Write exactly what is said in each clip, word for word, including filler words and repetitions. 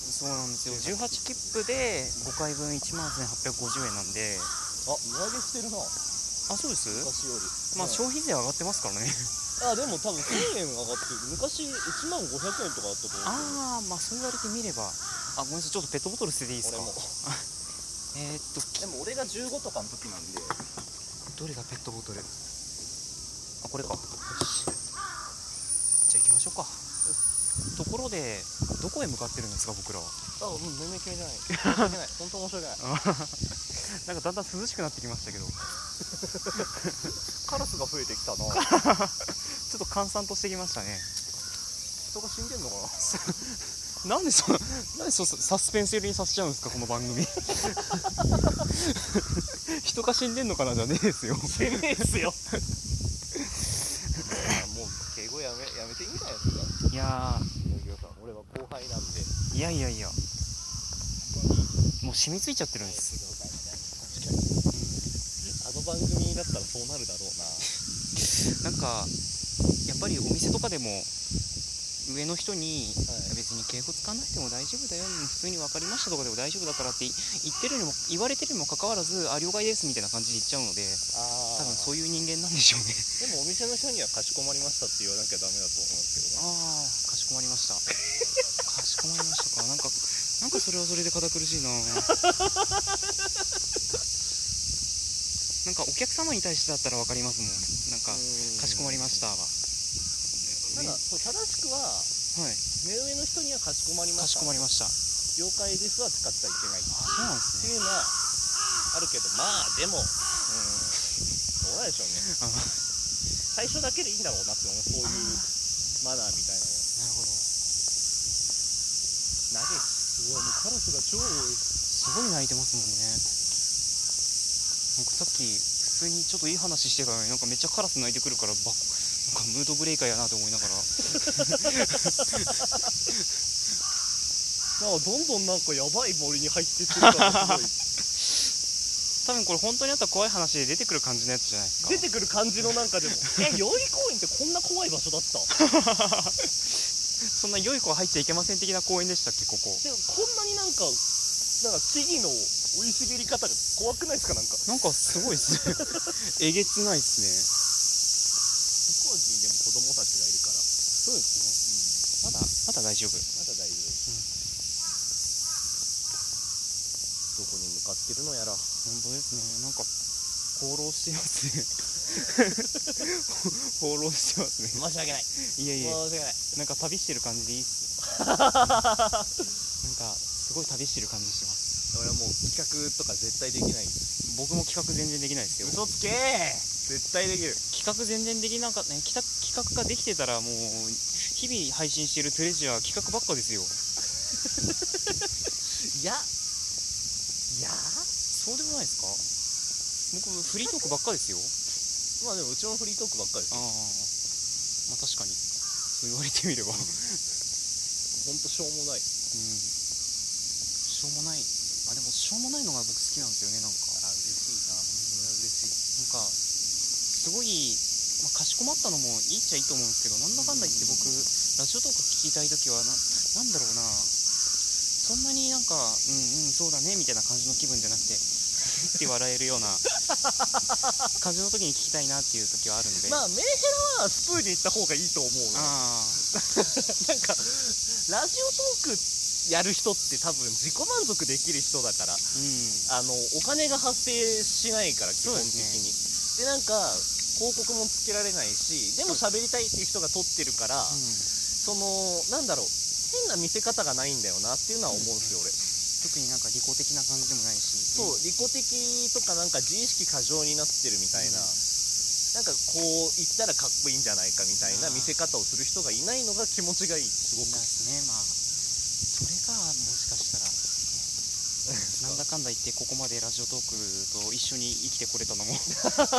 そうなんですよ。じゅうはち切符でごかいぶんいちまんせんはっぴゃくごじゅうえんなんで。 あ、値上げしてるな。 あ、そうです。 昔より。 まあ消費税上がってますからね。 あ、でも多分せんえん上がってる。昔いちまんごひゃくえんとかだったと思う。 ああ、まあそう言われてみれば。あ、ごめんなさい、ちょっとペットボトル捨てていいですか。 俺もえーっとでも俺がじゅうごとかの時なんで。 どれがペットボトル。あ、これか。よし、じゃあ行きましょうか。ところでどこへ向かってるんですか、僕らは。 あ、うん、全然決めてない。申し訳ない。本当申し訳ない。 なんかだんだん涼しくなってきましたけどカラスが増えてきたな。ちょちょっと閑散としてきましたね。 人が死んでんのかな。 なんでそなんでそサスペンス寄りにさせちゃうんですか、この番組人が死んでんのかなじゃねえですよ。 死ねえっすよもう敬語やめやめていいんじゃないですか。 いや俺は後輩なんで。 いやいやいや、もう染みついちゃってるんです。 あの番組だったらそうなるだろうな。 なんかやっぱりお店とかでも上の人に、はい、別に敬語使わなくても大丈夫だよ、普通に分かりましたとかでも大丈夫だからって言ってるにも言われてるにもかかわらず、あ、了解ですみたいな感じで言っちゃうので、あ、多分そういう人間なんでしょうね。 でもお店の人にはかしこまりましたって言わなきゃダメだと思うんですけど、ね、 ああ、かしこまりましたかしこまりましたか。なんかなんかそれはそれで堅苦しいななんかお客様に対してだったら分かりますもん。なんかかしこまりましたはなんかそう、正しくは、はい、目上の人にはかしこまりました、かしこまりました、了解ですは使っちゃいけない。あ、そうなんですね。っていうのはあるけど、まあでも、うん、どうなんでしょうね最初だけでいいんだろうなって思う、そういうマナーみたいなの。なるほど。投げ、うわ、もうカラスが超多い。 すごい鳴いてますもんね。なんかさっき普通にちょっといい話してたのに、なんかめっちゃカラス鳴いてくるから、バッなんかムードブレーカーやなと思いながらなんかどんどんなんかやばい森に入ってってるからすごい多分これ本当にあった怖い話で出てくる感じのやつじゃないですか。 出てくる感じのなんかでもえ、代々木公園ってこんな怖い場所だったそんな良い子は入っちゃいけません的な公園でしたっけ、ここ。 でもこんなになんかなんか木々の生い茂り方が怖くないですか。なんかなんかすごいっすねえげつないっすね。 向こうにでも子供たちがいるから。 そうですね、うん、まだまだ大丈夫、 まだ大丈夫、うん、どこに向かってるのやら。 本当ですね。なんか放浪してますね放浪してますね。 申し訳ない。 いやいや、 申し訳ない。 なんか旅してる感じでいいっすなんかすごい旅してる感じしてます。 俺はもう企画とか絶対できない。 僕も企画全然できないですよ。 嘘つけー。絶対できる。 企画全然できなかったね。企画ができてたらもう日々配信してるトレジャー企画ばっかですよいやいやそうでもないですか。僕フリートークばっかですよ。 まあでもうちもフリートークばっかりですよ。 ああ、まあ確かにそう言われてみればほんとしょうもない、うん、 しょうもない。あ、でもしょうもないのが僕好きなんですよね。なんかあ、嬉しいな、それは嬉しい。 なんかすごい、まあ、かしこまったのもいいっちゃいいと思うんですけど、なんだかんだ言って僕ラジオトーク聞きたいときは な, なんだろうなそんなになんかうんうんそうだねみたいな感じの気分じゃなくてって笑えるような感じの時に聞きたいなっていう時はあるんで、 まあメンヘラはスプーンに行った方がいいと思う。あなんかラジオトークやる人って多分自己満足できる人だから、うん、あのお金が発生しないから基本的に で,、ね、でなんか広告もつけられないし、でも喋りたいっていう人が撮ってるから、うん、そのなんだろう変な見せ方がないんだよなっていうのは思うんですよ、俺。 特になんか利己的な感じでもないし、 そう利己的とかなんか自意識過剰になってるみたいな、うん、なんかこう言ったらかっこいいんじゃないかみたいな見せ方をする人がいないのが気持ちがいい。すごくですね。まあそれがもしかしたらなんだかんだ言ってここまでラジオトークと一緒に生きてこれたのもうん、いやね、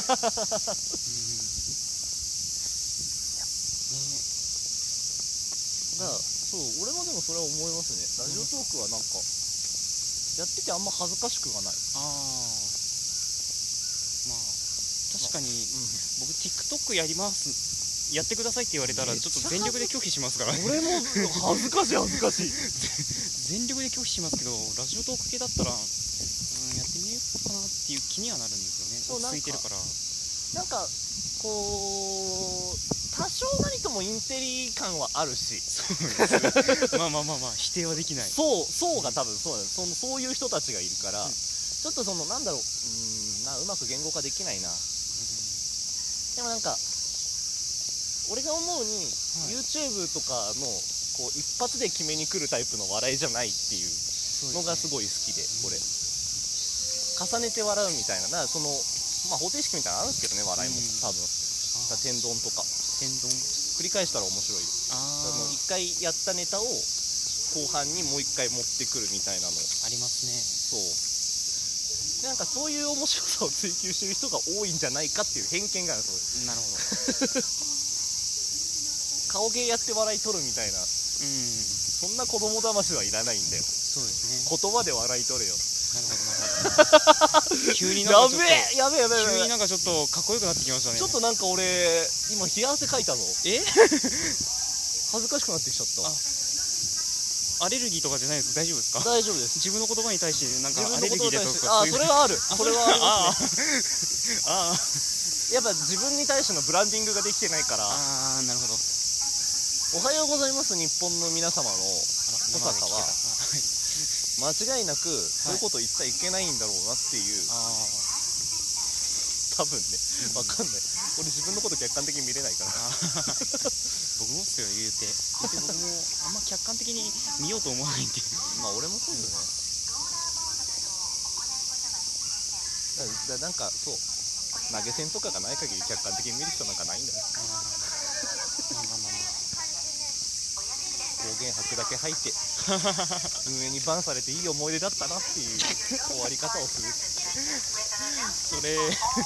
だからそう俺もでもそれは思いますね。ラジオトークはなんかやっててあんま恥ずかしくがない。 ああ、まあ確かに、まあうん、僕 TikTok やりますやってくださいって言われたらちょっと全力で拒否しますから俺も恥ずかしい恥ずかしい全力で拒否しますけど、ラジオトーク系だったらうんやってみようかなっていう気にはなるんですよね。 そう落ち着いてるから。 なんかこう多少なりともインテリ感はあるし、 そうですまあまあまあまあ否定はできない。 そうそうが多分そうだよ、そのそういう人たちがいるから、うん、ちょっとそのなんだろう、うーんなうまく言語化できないな、うん、でもなんか俺が思うに、はい、YouTube とかのこう一発で決めに来るタイプの笑いじゃないっていうのがすごい好きで、これ、うん、重ねて笑うみたいな、だからそのまあ方程式みたいなのあるんですけどね、笑いも、うん、多分だ天丼とか天丼繰り返したら面白い。あ一回やったネタを後半にもう一回持ってくるみたいなのありますね。 そうでなんかそういう面白さを追求してる人が多いんじゃないかっていう偏見があるんです。 なるほど顔芸やって笑い取るみたいな、うん、そんな子供騙しはいらないんだよ。 そうですね、 言葉で笑い取れよ。 なるほどなるほど急になんかちょっとやべえやべえやべえ急になんかちょっとかっこよくなってきましたね。 ちょっとなんか俺今冷や汗かいたぞ。 え恥ずかしくなってきちゃった。 アレルギーとかじゃないですか？大丈夫ですか？ 大丈夫です。 自分の言葉に対してなんかアレルギーだとか、あそれはある、それはありますね。 ああやっぱ自分に対してのブランディングができてないから。 ああなるほど。 おはようございます日本の皆様の小坂は間違いなくそういうこと言っちゃいけないんだろうなっていう、はい、多分ね、分かんない、俺自分のこと客観的に見れないから僕もっすよ言うて言うて僕もあんま客観的に見ようと思わないんでまあ俺もそうですよね、だだなんかそう投げ銭とかがない限り客観的に見る人なんかないんだよ。まあまあまあまあ暴言吐くだけ吐いて運営にバンされていい思い出だったなっていう終わり方をするそれ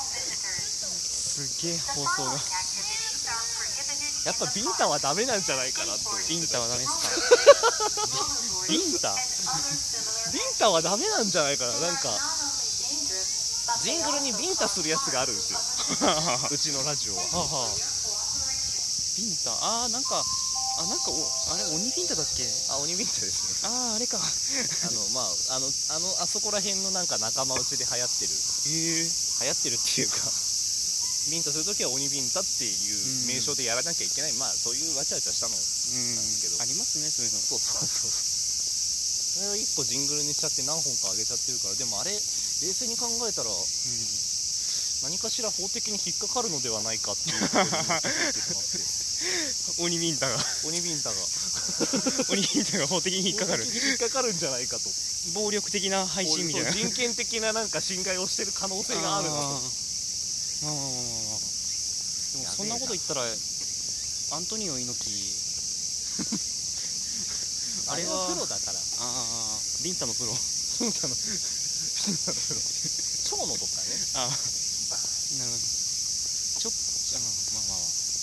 すげえ放送がやっぱビンタはダメなんじゃないかなって。 ビンタはダメですか？ ビンタビンタはダメなんじゃないかな。なんかジングルにビンタするやつがあるんですようちのラジオは。はあはあ、 ビンタあーなんかあなんかおあれ鬼ビンタだっけ？ あ鬼ビンタですね。 あああれかあのまああのあのあそこら辺のなんか仲間内で流行ってる、 へえ流行ってるっていうかビンタするときは鬼ビンタっていう名称でやらなきゃいけない、うん、まあそういうわちゃわちゃしたのなんですけど、 うん、ありますねそういうの。 そうそうそうそれをいっこジングルにしちゃって何本か上げちゃってるから。でもあれ冷静に考えたら、うん、何かしら法的に引っかかるのではないかっていうことになってしまって鬼ビンタが鬼ビンタが鬼ビンタが法的に引っかかる法的に引っかかるんじゃないかと。 暴力的な配信みたいな人権的ななんか侵害をしてる可能性があるなと。 まあまあまあまあでもそんなこと言ったらアントニオ猪木あれはプロだから。ああビンタのプロビンタのビンタのプロ蝶野とかね。 ああなるほど。ちょっあまあまあまあ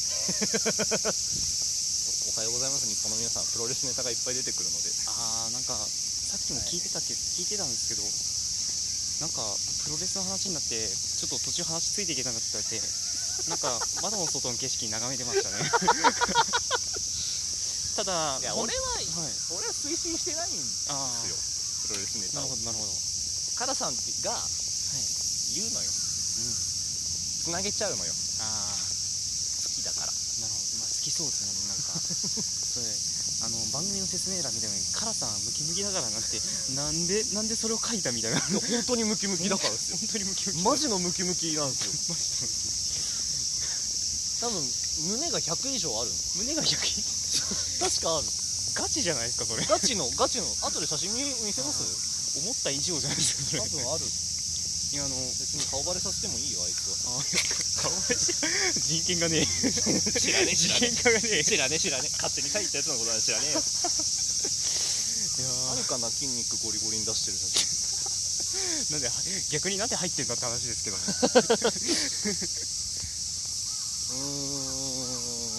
おはようございます日本の皆さん、プロレスネタがいっぱい出てくるので。 ああなんかさっきも聞いてたけど、はい、聞いてたんですけどなんかプロレスの話になってちょっと途中話ついていけなかったってなんか窓の外の景色眺めてましたねただいや俺は、はい、俺は推進してないんですよプロレスネタを。 なるほどなるほど。 カラさんが言うのよ、はい、つなげちゃうのよ。あ好きだから。 なるほど、まあ、好きそうですね。なんかそれあの番組の説明欄見たのにカラさんムキムキだからなってなんでなんでそれを書いたみたいな本当にムキムキだからですよ本当にムキムキマジのムキムキなんですよマジのムキ多分胸がひゃく以上あるの。 胸がひゃく確かある。 ガチじゃないですかそれ。 ガチのガチの後で写真見見せます。 思った以上じゃないですかそれ。 多分ある。いやあの別に顔バレさせてもいいよあいつは。 顔バレし人権がねえ知らねえ知らねえ人権がねえ知らねえ知らねえ勝手に書いたやつのことは知らねえよいやあるかな筋肉ゴリゴリに出してる写真なんで逆になんで入ってるんだって話ですけどねうーん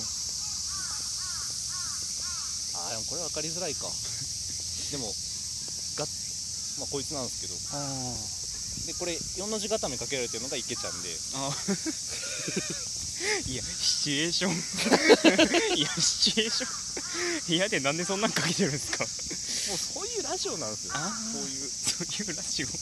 あーでもこれ分かりづらいかでもがまあこいつなんですけどあでこれよんの字固めかけられてるのが池ちゃんであいやシチュエーションいやシチュエーション部屋でなんでそんなんかけてるんですか。 もうそういうラジオなんですよ。 あそういうそういうラジオ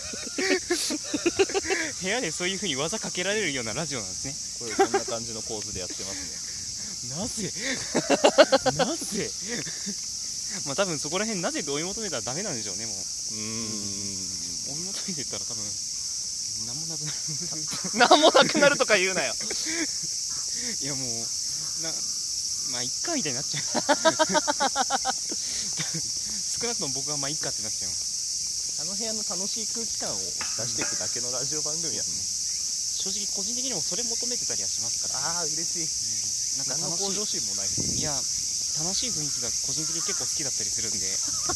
部屋でそういう風に技かけられるようなラジオなんですね。 これこんな感じの構図でやってますね。 なぜなぜまあ多分そこら辺なぜって追い求めたらダメなんでしょうね。もううーん追い求めてったら多分何もなくなる何もなくなるとか言うなよ。 いやもうなまあいっかみたいになっちゃう少なくとも僕はまあいっかってなっちゃいます。 あの部屋の楽しい空気感を出していくだけのラジオ番組やね、うん、 正直個人的にもそれ求めてたりはしますから、ね、 ああ嬉しい、うん、なんか楽しい向上心もない。 いや楽しい雰囲気が個人的に結構好きだったりするんで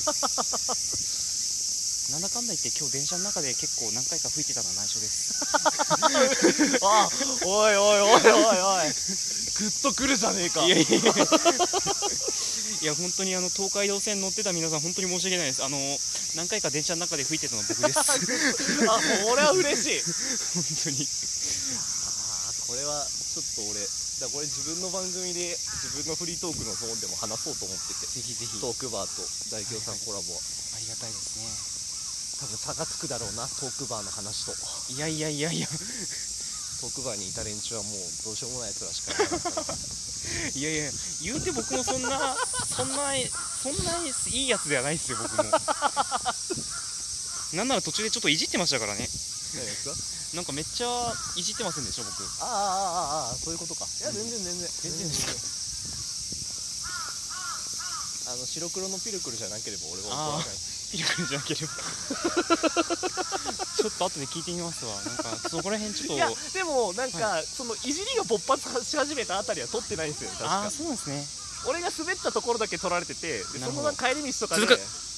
なんだかんだ言って今日電車の中で結構何回か吹いてたのは内緒ですあおいおいおいおいおいグッとくるじゃねえか。 いやいやいやいや本当にあの東海道線乗ってた皆さん本当に申し訳ないです。あの何回か電車の中で吹いてたのは僕ですあ俺は嬉しい本当に。 あこれはちょっと俺だこれ自分の番組で自分のフリートークのゾーンでも話そうと思ってて、 ぜひぜひトークバーと大京さんコラボは、 ありがたいですね。 多分差がつくだろうな、トークバーの話と。 いやいやいやいやトークバーにいた連中はもうどうしようもないやつらしかいなかったからいやいや言うて僕もそんなそんなそんないいやつではないですよ僕もなんなら途中でちょっといじってましたからね。 何ですか。 なんかめっちゃいじってませんでしょ僕。 ああああああそういうことか。いや全然全然全然ですか。 あの白黒のピルクルじゃなければ俺は怒らない。 ピルクルじゃなければちょっと後で聞いてみますわ。なんかそこら辺ちょっと。 いやでもなんか、 はい、 そのいじりが勃発し始めたあたりは撮ってないんですよ確か。 ああそうなんですね。 俺が滑ったところだけ撮られてて、でその帰り道とかで続く